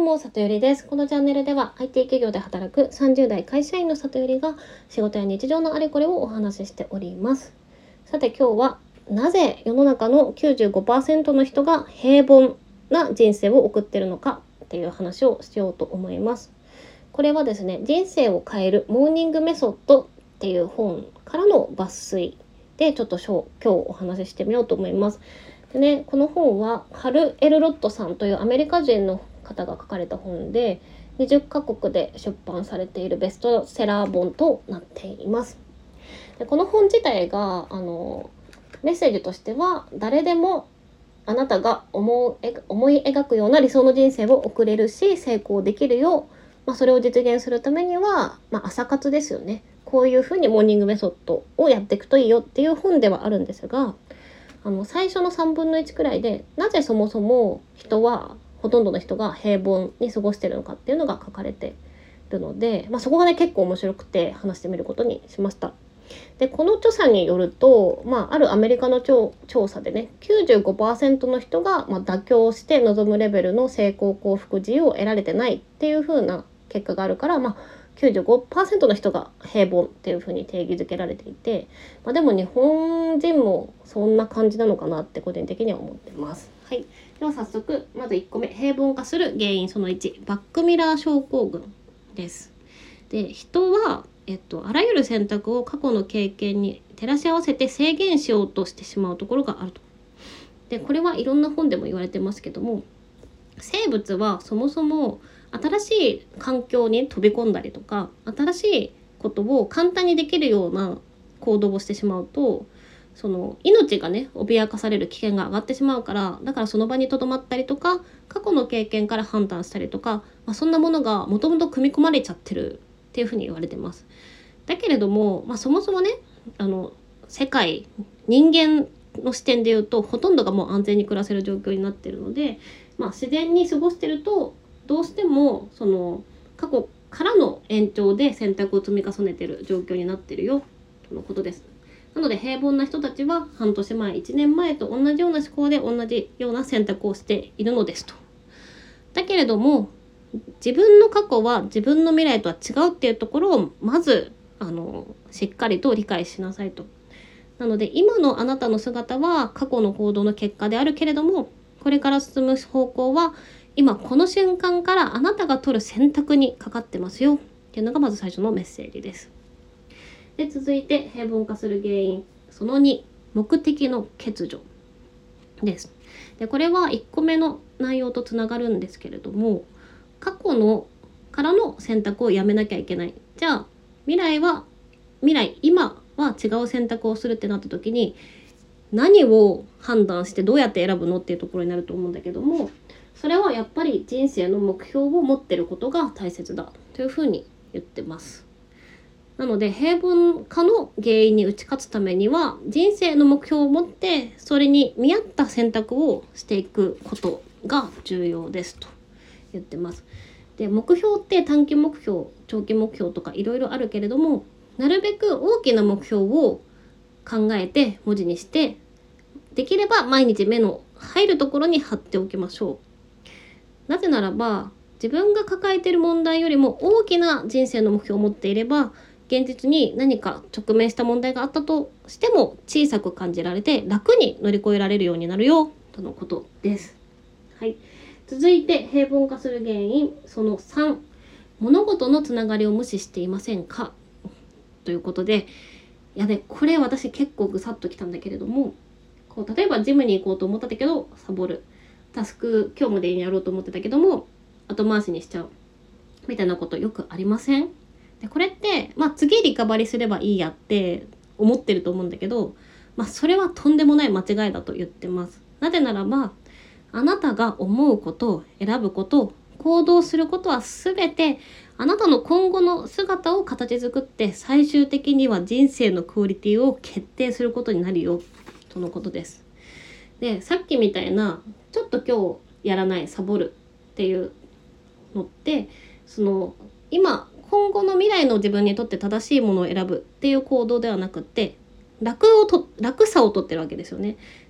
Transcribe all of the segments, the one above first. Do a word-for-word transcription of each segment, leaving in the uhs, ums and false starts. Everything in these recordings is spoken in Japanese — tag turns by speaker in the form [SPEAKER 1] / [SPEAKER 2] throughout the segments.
[SPEAKER 1] も里よりです。このチャンネルでは アイティー 企業で働くさんじゅう代会社員の里よりが仕事や日常のあれこれをお話ししております。さて今日はなぜ世の中の きゅうじゅうごパーセント の人が平凡な人生を送っているのかっていう話をしようと思います。これはですね、人生を変えるモーニングメソッドっていう本からの抜粋でちょっと今日お話ししてみようと思います。でね、この本はハル・エルロットさんというアメリカ人の方が書かれた本でにじゅっカ国で出版されているベストセラー本となっています。でこの本自体があのメッセージとしては誰でもあなたが思う思い描くような理想の人生を送れるし成功できるよう、まあ、それを実現するためには、まあ、朝活ですよね。こういうふうにモーニングメソッドをやっていくといいよっていう本ではあるんですが、あの最初のさんぶんのいちくらいでなぜそもそも人はほとんどの人が平凡に過ごしているのかっていうのが書かれているので、まあ、そこがね結構面白くて話してみることにしました。でこの著者によると、まあ、あるアメリカの調査でね きゅうじゅうごパーセント の人が、まあ、妥協して望むレベルの成功幸福自由を得られてないっていう風な結果があるから、まあ、きゅうじゅうごパーセント の人が平凡っていう風に定義づけられていて、まあ、でも日本人もそんな感じなのかなって個人的には思ってます。はい、では早速まずいっこめ、平凡化する原因そのいち、バックミラー症候群です。で人はえっと、あらゆる選択を過去の経験に照らし合わせて制限しようとしてしまうところがあると。でこれはいろんな本でも言われてますけども、生物はそもそも新しい環境に飛び込んだりとか新しいことを簡単にできるような行動をしてしまうと、その命がね脅かされる危険が上がってしまうから、だからその場にとどまったりとか過去の経験から判断したりとか、まあ、そんなものがもともと組み込まれちゃってるっていうふうに言われてます。だけれども、まあ、そもそもねあの世界人間の視点で言うとほとんどがもう安全に暮らせる状況になっているので、まあ、自然に過ごしてるとどうしてもその過去からの延長で選択を積み重ねている状況になっているよとのことです。なので平凡な人たちは半年前いちねんまえと同じような思考で同じような選択をしているのですと。だけれども自分の過去は自分の未来とは違うっていうところをまずあのしっかりと理解しなさいと。なので今のあなたの姿は過去の行動の結果であるけれども、これから進む方向は今この瞬間からあなたが取る選択にかかってますよっていうのがまず最初のメッセージです。で続いて平凡化する原因そのに、目的の欠如です。でこれはいっこめの内容とつながるんですけれども、過去のからの選択をやめなきゃいけない。じゃあ未来は未来今は違う選択をするってなった時に何を判断してどうやって選ぶのっていうところになると思うんだけども、それはやっぱり人生の目標を持ってることが大切だというふうに言ってます。なので平凡化の原因に打ち勝つためには人生の目標を持ってそれに見合った選択をしていくことが重要ですと言ってます。で目標って短期目標長期目標とかいろいろあるけれども、なるべく大きな目標を考えて文字にしてできれば毎日目の入るところに貼っておきましょう。なぜならば自分が抱えている問題よりも大きな人生の目標を持っていれば現実に何か直面した問題があったとしても小さく感じられて楽に乗り越えられるようになるよとのことです。はい、続いて平凡化する原因そのさん、物事のつながりを無視していませんかということで、いやねこれ私結構ぐさっときたんだけれども、こう例えばジムに行こうと思ったけどサボる、タスク今日までにやろうと思ってたけども後回しにしちゃうみたいなことよくありません？でこれって、まあ、次リカバリすればいいやって思ってると思うんだけど、まあ、それはとんでもない間違いだと言ってます。なぜならばあなたが思うこと選ぶこと行動することは全てあなたの今後の姿を形作って最終的には人生のクオリティを決定することになるよとのことです。でさっきみたいなちょっと今日やらないサボるっていうのってその今今後の未来の自分にとって正しいものを選ぶっていう行動ではなくって楽をと楽さをとってるわけですよね。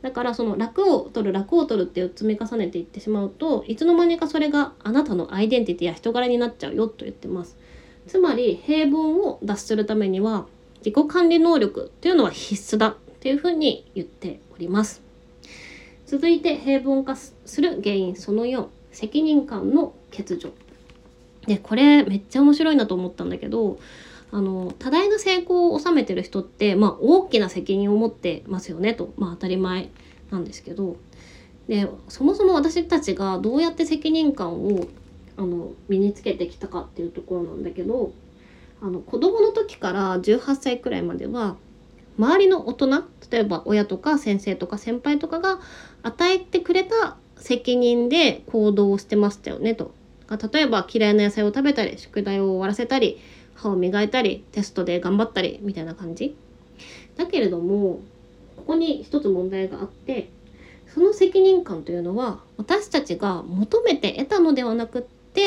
[SPEAKER 1] だからその楽を取る楽を取るっていう積み重ねていってしまうと、いつの間にかそれがあなたのアイデンティティや人柄になっちゃうよと言ってます。つまり平凡を脱するためには自己管理能力っていうのは必須だっていうふうに言っております。続いて平凡化する原因そのよん、責任感の欠如。でこれめっちゃ面白いなと思ったんだけど、あの多大な成功を収めてる人って、まあ、大きな責任を持ってますよねと、まあ、当たり前なんですけど、でそもそも私たちがどうやって責任感をあの身につけてきたかっていうところなんだけど、あの子供の時からじゅうはっさいくらいまでは周りの大人、例えば親とか先生とか先輩とかが与えてくれた責任で行動をしてましたよねと。例えば嫌いな野菜を食べたり、宿題を終わらせたり、歯を磨いたり、テストで頑張ったりみたいな感じだけれども、ここに一つ問題があって、その責任感というのは私たちが求めて得たのではなくって、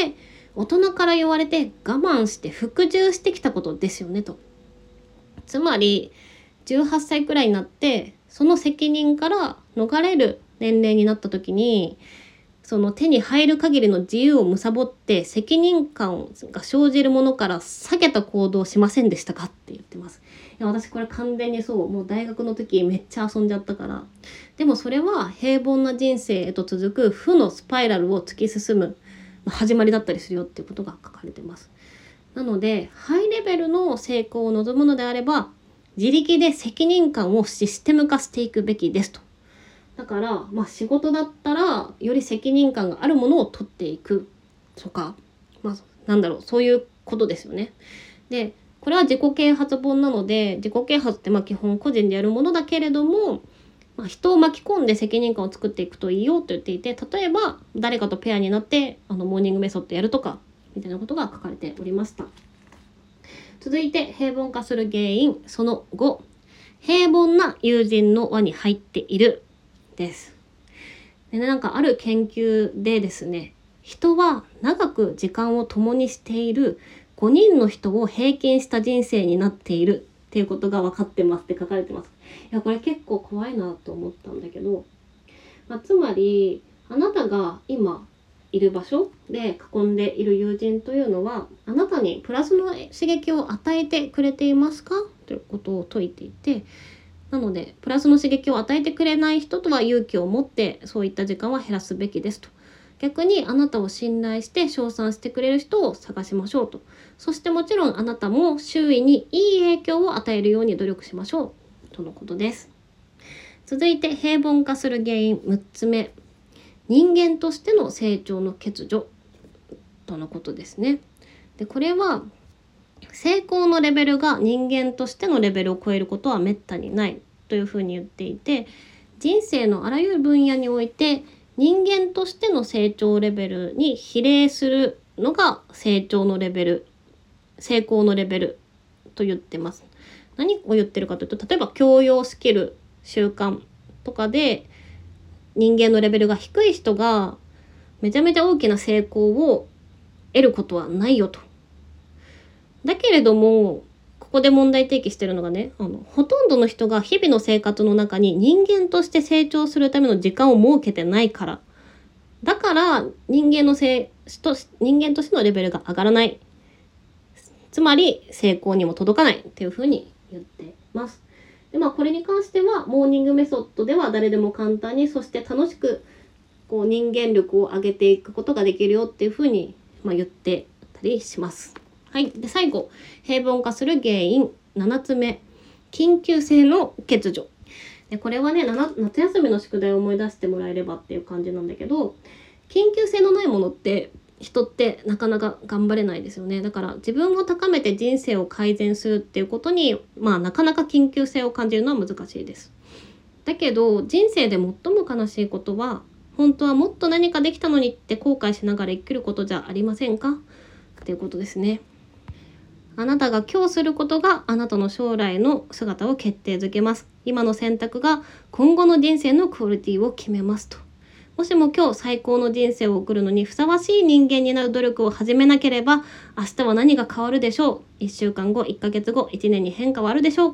[SPEAKER 1] 大人から言われて我慢して服従してきたことですよねと。つまりじゅうはっさいくらいになってその責任から逃れる年齢になった時に、その手に入る限りの自由を貪って責任感が生じるものから避けた行動をしませんでしたかって言ってます。いや私これ完全にそう、もう大学の時めっちゃ遊んじゃったから。でもそれは平凡な人生へと続く負のスパイラルを突き進む始まりだったりするよっていうことが書かれてます。なのでハイレベルの成功を望むのであれば、自力で責任感をシステム化していくべきですと。だから、まあ、仕事だったらより責任感があるものを取っていくとか、まあ、なんだろう、そういうことですよね。でこれは自己啓発本なので、自己啓発ってまあ基本個人でやるものだけれども、まあ、人を巻き込んで責任感を作っていくといいよと言っていて、例えば誰かとペアになってあのモーニングメソッドやるとかみたいなことが書かれておりました。続いて平凡化する原因そのご、平凡な友人の輪に入っているです。でね、なんかある研究でですね、人は長く時間を共にしているごにんの人を平均した人生になっているっていうことが分かってますって書かれてます。いやこれ結構怖いなと思ったんだけど、まあ、つまりあなたが今いる場所で囲んでいる友人というのはあなたにプラスの刺激を与えてくれていますかということを説いていて、なのでプラスの刺激を与えてくれない人とは勇気を持ってそういった時間は減らすべきですと。逆にあなたを信頼して称賛してくれる人を探しましょうと。そしてもちろんあなたも周囲にいい影響を与えるように努力しましょうとのことです。続いて平凡化する原因むっつめ、人間としての成長の欠如とのことですね。でこれは成功のレベルが人間としてのレベルを超えることはめったにないというふうに言っていて、人生のあらゆる分野において人間としての成長レベルに比例するのが成長のレベル、成功のレベルと言ってます。何を言ってるかというと、例えば教養スキル習慣とかで人間のレベルが低い人がめちゃめちゃ大きな成功を得ることはないよと。だけれどもここで問題提起してるのがね、あのほとんどの人が日々の生活の中に人間として成長するための時間を設けてないから、だから人間のせと人間としてのレベルが上がらない、つまり成功にも届かないっていうふうに言ってます。で、まあ、これに関してはモーニングメソッドでは誰でも簡単にそして楽しくこう人間力を上げていくことができるよっていうふうに、まあ、言ってたりします。はい、で最後平凡化する原因ななつめ、緊急性の欠如。でこれはね、夏休みの宿題を思い出してもらえればっていう感じなんだけど、緊急性のないものって人ってなかなか頑張れないですよね。だから自分を高めて人生を改善するっていうことに、まあなかなか緊急性を感じるのは難しいです。だけど人生で最も悲しいことは、本当はもっと何かできたのにって後悔しながら生きることじゃありませんかっていうことですね。あなたが今日することがあなたの将来の姿を決定づけます。今の選択が今後の人生のクオリティを決めますと。もしも今日最高の人生を送るのにふさわしい人間になる努力を始めなければ、明日は何が変わるでしょう。いっしゅうかんご、いっかげつご、いちねんに変化はあるでしょうか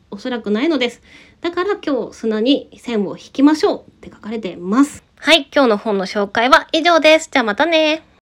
[SPEAKER 1] おそらくないのです。だから今日砂に線を引きましょうって書かれてます。はい、今日の本の紹介は以上です。じゃあまたね。